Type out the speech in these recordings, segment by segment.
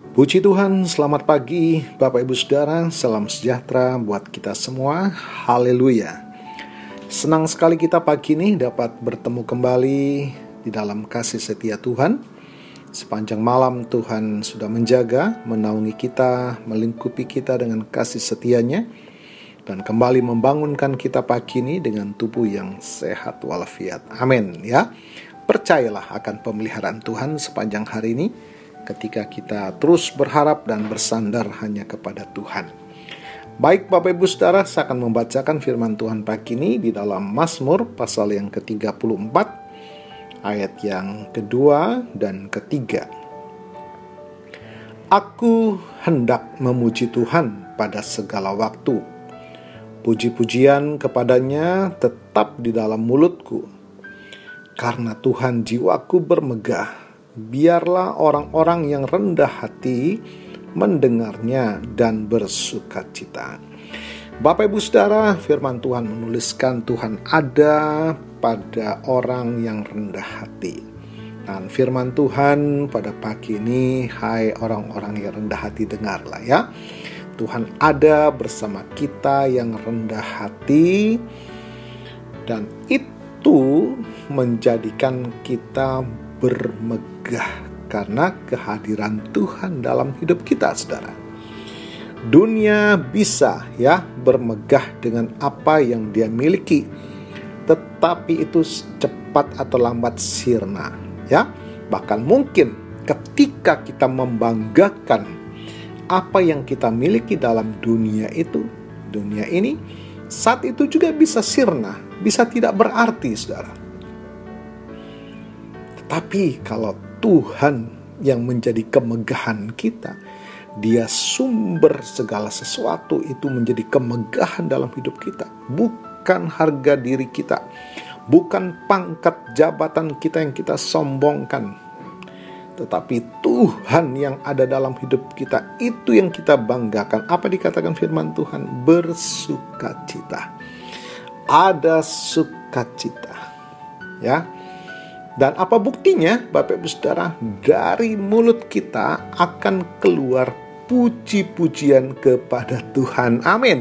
Puji Tuhan, selamat pagi Bapak Ibu Saudara, salam sejahtera buat kita semua, haleluya. Senang sekali kita pagi ini dapat bertemu kembali di dalam kasih setia Tuhan. Sepanjang malam Tuhan sudah menjaga, menaungi kita, melingkupi kita dengan kasih setianya, dan kembali membangunkan kita pagi ini dengan tubuh yang sehat walafiat. Amin ya. Percayalah akan pemeliharaan Tuhan sepanjang hari ini, ketika kita terus berharap dan bersandar hanya kepada Tuhan. Baik Bapak Ibu Saudara, saya akan membacakan firman Tuhan pagi ini di dalam Mazmur pasal yang ke-34, ayat yang kedua dan ketiga. Aku hendak memuji Tuhan pada segala waktu. Puji-pujian kepadanya tetap di dalam mulutku. Karena Tuhan jiwaku bermegah. Biarlah orang-orang yang rendah hati mendengarnya dan bersukacita. Bapak Ibu Saudara, firman Tuhan menuliskan Tuhan ada pada orang yang rendah hati. Dan firman Tuhan pada pagi ini, hai orang-orang yang rendah hati, dengarlah ya. Tuhan ada bersama kita yang rendah hati, dan itu menjadikan kita bermegah karena kehadiran Tuhan dalam hidup kita, saudara. Dunia bisa ya bermegah dengan apa yang dia miliki, tetapi itu cepat atau lambat sirna ya. Bahkan mungkin ketika kita membanggakan apa yang kita miliki dalam dunia itu, dunia ini, saat itu juga bisa sirna, bisa tidak berarti, saudara. Tapi kalau Tuhan yang menjadi kemegahan kita, Dia sumber segala sesuatu, itu menjadi kemegahan dalam hidup kita. Bukan harga diri kita, bukan pangkat jabatan kita yang kita sombongkan, tetapi Tuhan yang ada dalam hidup kita, itu yang kita banggakan. Apa dikatakan firman Tuhan? Bersukacita. Ada sukacita ya. Dan apa buktinya Bapak Ibu Saudara? Dari mulut kita akan keluar puji-pujian kepada Tuhan. Amin.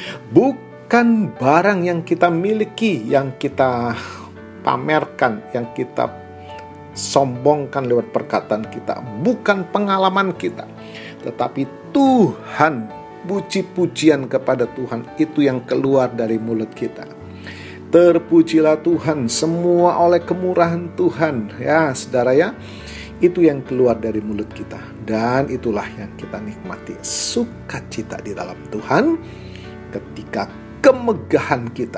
Bukan barang yang kita miliki, yang kita pamerkan, yang kita sombongkan lewat perkataan kita. Bukan pengalaman kita, tetapi Tuhan, puji-pujian kepada Tuhan, itu yang keluar dari mulut kita. Terpujilah Tuhan, semua oleh kemurahan Tuhan. Ya, saudara ya, itu yang keluar dari mulut kita. Dan itulah yang kita nikmati, sukacita di dalam Tuhan. Ketika kemegahan kita,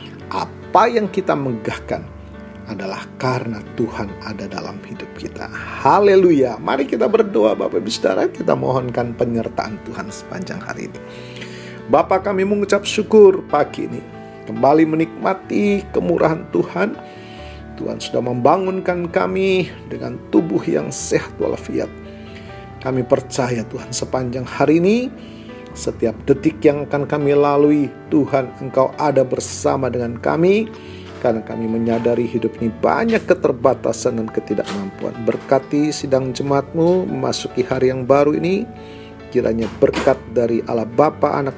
apa yang kita megahkan adalah karena Tuhan ada dalam hidup kita. Haleluya. Mari kita berdoa Bapak Ibu Saudara, kita mohonkan penyertaan Tuhan sepanjang hari ini. Bapa, kami mengucap syukur pagi ini, kembali menikmati kemurahan Tuhan. Tuhan sudah membangunkan kami dengan tubuh yang sehat walafiat. Kami percaya Tuhan, sepanjang hari ini, setiap detik yang akan kami lalui, Tuhan Engkau ada bersama dengan kami. Karena kami menyadari hidup ini banyak keterbatasan dan ketidakmampuan. Berkati sidang jemaat-Mu memasuki hari yang baru ini. Kiranya berkat dari Allah Bapa, Anak,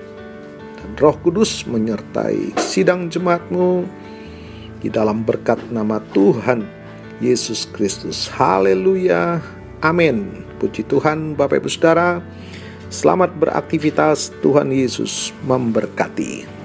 dan Roh Kudus menyertai sidang jemaat-Mu di dalam berkat nama Tuhan Yesus Kristus. Haleluya. Amin. Puji Tuhan Bapak Ibu Saudara. Selamat beraktivitas. Tuhan Yesus memberkati.